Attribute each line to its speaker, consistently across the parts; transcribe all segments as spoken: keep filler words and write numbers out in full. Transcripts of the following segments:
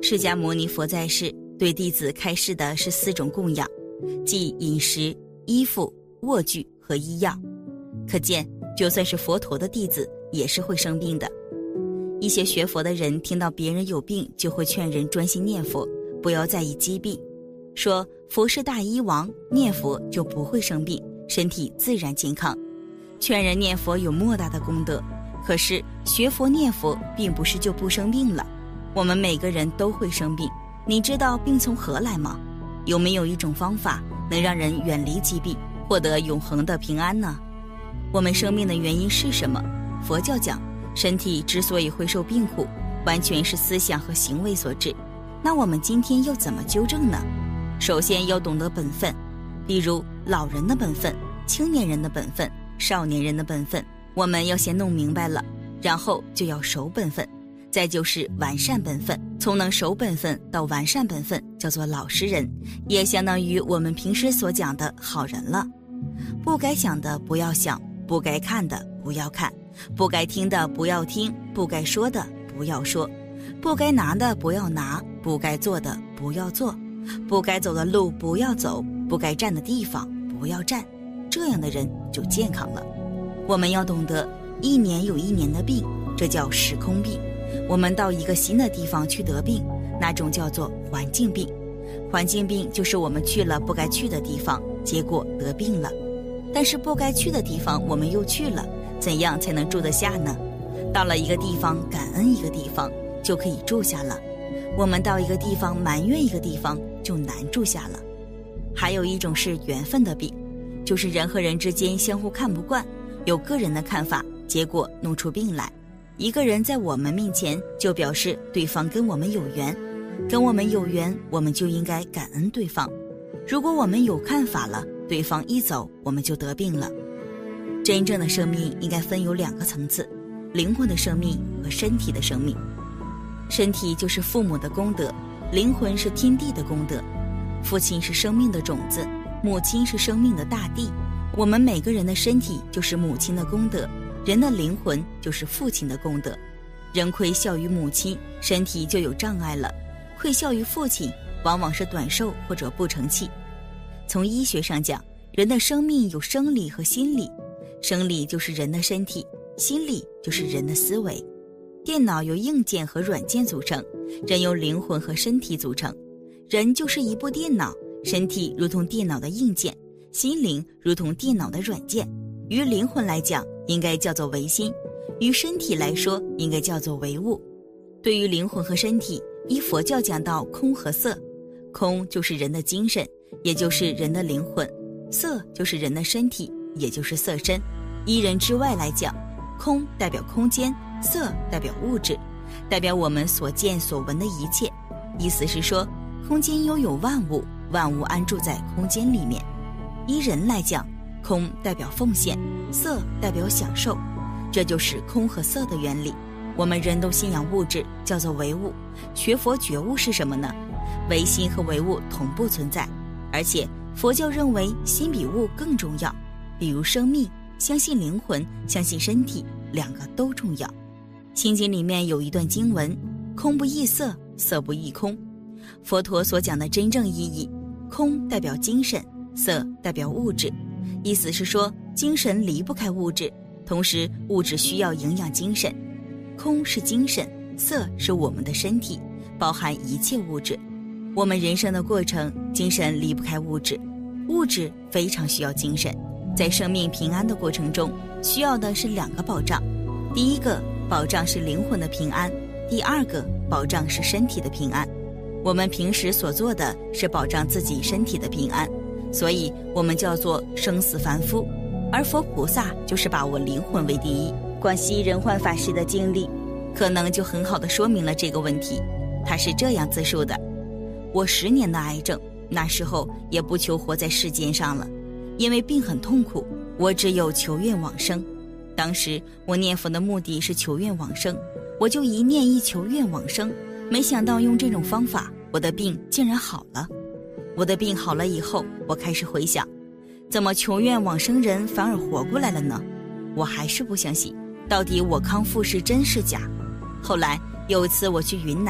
Speaker 1: 释迦牟尼佛在世，对弟子开示的是四种供养，即饮食、衣服、卧具和医药。可见，就算是佛陀的弟子，也是会生病的。一些学佛的人听到别人有病，就会劝人专心念佛，不要在意疾病，说佛是大医王，念佛就不会生病，身体自然健康。劝人念佛有莫大的功德，可是学佛念佛并不是就不生病了。我们每个人都会生病，你知道病从何来吗？有没有一种方法能让人远离疾病，获得永恒的平安呢？我们生病的原因是什么？佛教讲，身体之所以会受病苦，完全是思想和行为所致。那我们今天又怎么纠正呢？首先要懂得本分，比如老人的本分、青年人的本分、少年人的本分，我们要先弄明白了，然后就要守本分，再就是完善本分。从能守本分到完善本分，叫做老实人，也相当于我们平时所讲的好人了。不该想的不要想，不该看的不要看，不该听的不要听，不该说的不要说，不该拿的不要拿，不该做的不要做，不该走的路不要走，不该站的地方不要站，这样的人就健康了。我们要懂得，一年有一年的病，这叫时空病。我们到一个新的地方去得病，那种叫做环境病。环境病就是我们去了不该去的地方，结果得病了。但是不该去的地方我们又去了，怎样才能住得下呢？到了一个地方感恩一个地方，就可以住下了。我们到一个地方埋怨一个地方，就难住下了。还有一种是缘分的病，就是人和人之间相互看不惯，有个人的看法，结果弄出病来。一个人在我们面前，就表示对方跟我们有缘，跟我们有缘，我们就应该感恩对方。如果我们有看法了，对方一走，我们就得病了。真正的生命应该分有两个层次，灵魂的生命和身体的生命。身体就是父母的功德，灵魂是天地的功德。父亲是生命的种子，母亲是生命的大地。我们每个人的身体就是母亲的功德，人的灵魂就是父亲的功德。人亏孝于母亲，身体就有障碍了；愧孝于父亲，往往是短寿或者不成器。从医学上讲，人的生命有生理和心理，生理就是人的身体，心理就是人的思维。电脑由硬件和软件组成，人由灵魂和身体组成。人就是一部电脑，身体如同电脑的硬件，心灵如同电脑的软件。于灵魂来讲，应该叫做唯心；于身体来说，应该叫做唯物。对于灵魂和身体，依佛教讲到空和色，空就是人的精神，也就是人的灵魂；色就是人的身体，也就是色身。依人之外来讲，空代表空间，色代表物质，代表我们所见所闻的一切。意思是说，空间拥有万物，万物安住在空间里面。依人来讲，空代表奉献，色代表享受，这就是空和色的原理。我们人都信仰物质，叫做唯物。学佛觉悟是什么呢？唯心和唯物同步存在，而且佛教认为心比物更重要。比如生命，相信灵魂，相信身体，两个都重要。心经里面有一段经文，空不异色，色不异空。佛陀所讲的真正意义，空代表精神，色代表物质。意思是说，精神离不开物质，同时物质需要营养精神。空是精神，色是我们的身体，包含一切物质。我们人生的过程，精神离不开物质，物质非常需要精神。在生命平安的过程中，需要的是两个保障。第一个保障是灵魂的平安，第二个保障是身体的平安。我们平时所做的是保障自己身体的平安，所以我们叫做生死凡夫，而佛菩萨就是把握灵魂为第一。广西仁焕法师的经历可能就很好的说明了这个问题。他是这样自述的：我十年的癌症，那时候也不求活在世间上了，因为病很痛苦，我只有求愿往生。当时我念佛的目的是求愿往生，我就一念一求愿往生，没想到用这种方法，我的病竟然好了。我的病好了以后，我开始回想，怎么求愿往生人反而活过来了呢？我还是不相信，到底我康复是真是假？后来有一次我去云南，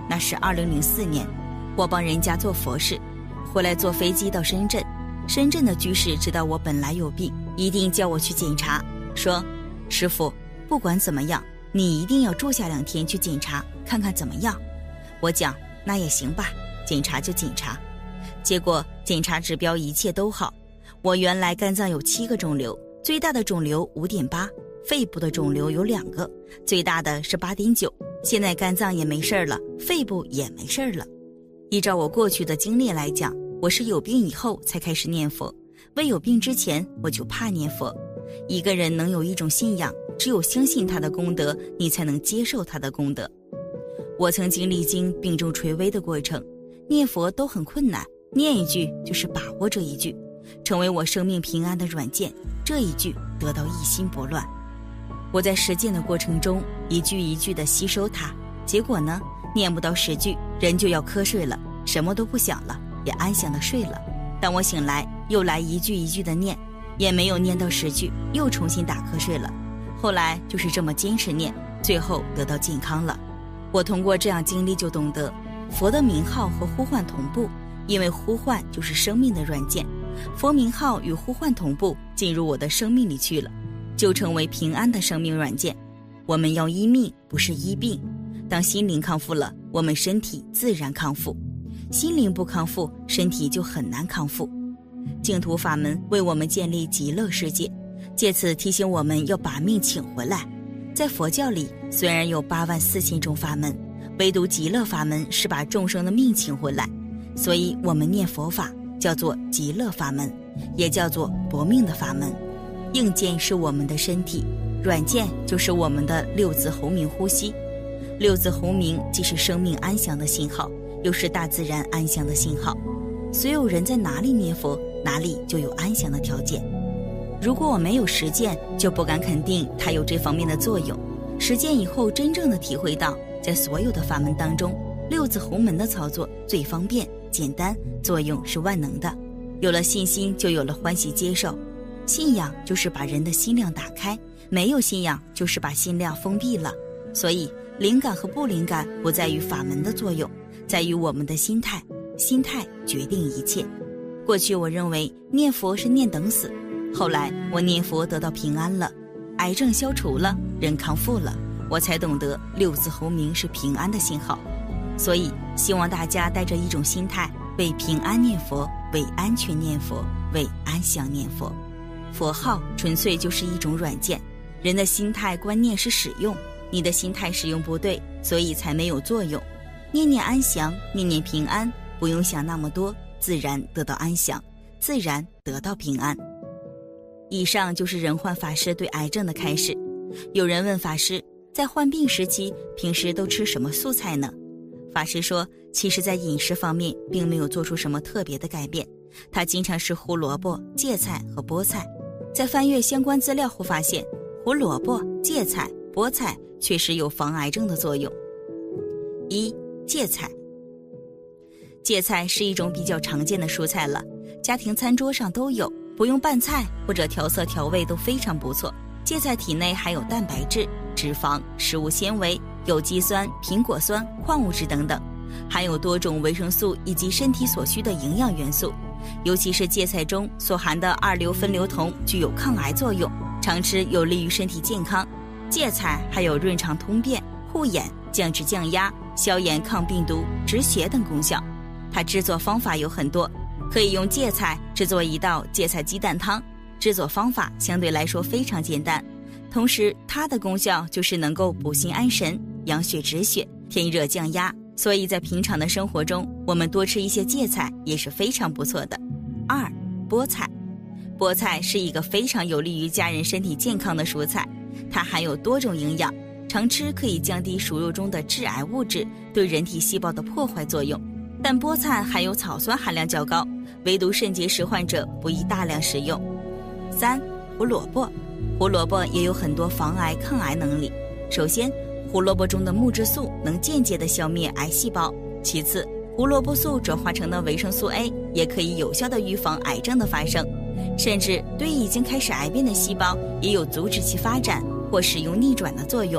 Speaker 1: 那是二零零四年，我帮人家做佛事，回来坐飞机到深圳。深圳的居士知道我本来有病，一定叫我去检查，说师父，不管怎么样，你一定要住下两天去检查，看看怎么样。我讲那也行吧，检查就检查。结果检查指标一切都好，我原来肝脏有七个肿瘤，最大的肿瘤 五点八， 肺部的肿瘤有两个，最大的是 八点九， 现在肝脏也没事了，肺部也没事了。依照我过去的经历来讲，我是有病以后才开始念佛，未有病之前我就怕念佛。一个人能有一种信仰，只有相信他的功德，你才能接受他的功德。我曾经历经病重垂危的过程，念佛都很困难，念一句就是把握这一句，成为我生命平安的软件，这一句得到一心不乱。我在实践的过程中一句一句地吸收它，结果呢，念不到十句人就要瞌睡了，什么都不想了，也安详地睡了。当我醒来又来一句一句地念，也没有念到十句，又重新打瞌睡了。后来就是这么坚持念，最后得到健康了。我通过这样经历就懂得，佛的名号和呼唤同步，因为呼唤就是生命的软件，佛名号与呼唤同步进入我的生命里去了，就成为平安的生命软件。我们要医命，不是医病。当心灵康复了，我们身体自然康复，心灵不康复，身体就很难康复。净土法门为我们建立极乐世界，借此提醒我们要把命请回来。在佛教里，虽然有八万四千种法门，唯独极乐法门是把众生的命请回来，所以我们念佛法叫做极乐法门，也叫做搏命的法门。硬件是我们的身体，软件就是我们的六字喉鸣呼吸。六字喉鸣既是生命安详的信号，又是大自然安详的信号。所有人在哪里念佛，哪里就有安详的条件。如果我没有实践，就不敢肯定它有这方面的作用。实践以后，真正的体会到，在所有的法门当中，六字喉门的操作最方便、简单，作用是万能的。有了信心，就有了欢喜接受。信仰就是把人的心量打开，没有信仰就是把心量封闭了。所以，灵感和不灵感不在于法门的作用，在于我们的心态。心态决定一切。过去我认为念佛是念等死，后来我念佛得到平安了，癌症消除了，人康复了，我才懂得六字喉鸣是平安的信号。所以希望大家带着一种心态，为平安念佛，为安全念佛，为安详念佛。佛号纯粹就是一种软件，人的心态观念是使用，你的心态使用不对，所以才没有作用。念念安详，念念平安，不用想那么多，自然得到安详，自然得到平安。以上就是仁焕法师对癌症的开示。有人问法师，在患病时期平时都吃什么素菜呢？法师说，其实在饮食方面并没有做出什么特别的改变，他经常吃胡萝卜、芥菜和菠菜。在翻阅相关资料后发现，胡萝卜、芥菜、菠菜确实有防癌症的作用。一、芥菜。芥菜是一种比较常见的蔬菜了，家庭餐桌上都有，不用拌菜或者调色调味都非常不错。芥菜体内含有蛋白质、脂肪、食物纤维、有机酸、苹果酸、矿物质等等，含有多种维生素以及身体所需的营养元素。尤其是芥菜中所含的二硫分硫酮具有抗癌作用，常吃有利于身体健康。芥菜还有润肠通便、护眼、降脂降压、消炎抗病毒、止血等功效。它制作方法有很多，可以用芥菜制作一道芥菜鸡蛋汤，制作方法相对来说非常简单。同时它的功效就是能够补心安神、养血止血、添热降压，所以在平常的生活中，我们多吃一些芥菜也是非常不错的。二、菠菜。菠菜是一个非常有利于家人身体健康的蔬菜，它含有多种营养，常吃可以降低鼠肉中的致癌物质对人体细胞的破坏作用。但菠菜含有草酸含量较高，唯独肾结石患者不宜大量食用。三、胡萝卜。胡萝卜也有很多防癌抗癌能力。首先，胡萝卜中的木质素能间接地消灭癌细胞。其次，胡萝卜素转化成的维生素 A 也可以有效地预防癌症的发生，甚至对已经开始癌变的细胞也有阻止其发展或使用逆转的作用。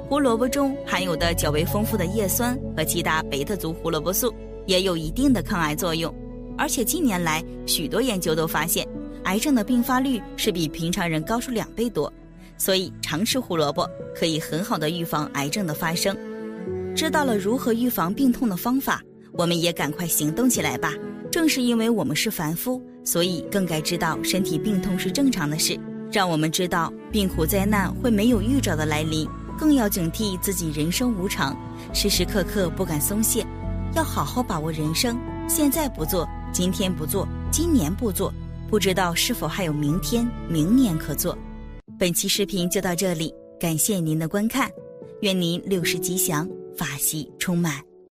Speaker 1: 胡萝卜中含有的较为丰富的叶酸和其他贝塔族胡萝卜素也有一定的抗癌作用。而且近年来许多研究都发现，癌症的并发率是比平常人高出两倍多，所以常吃胡萝卜可以很好的预防癌症的发生。知道了如何预防病痛的方法，我们也赶快行动起来吧。正是因为我们是凡夫，所以更该知道身体病痛是正常的事，让我们知道病苦灾难会没有预兆的来临，更要警惕自己人生无常，时时刻刻不敢松懈，要好好把握人生。现在不做，今天不做，今年不做，不知道是否还有明天、明年可做。本期视频就到这里，感谢您的观看，愿您六十吉祥，法喜充满。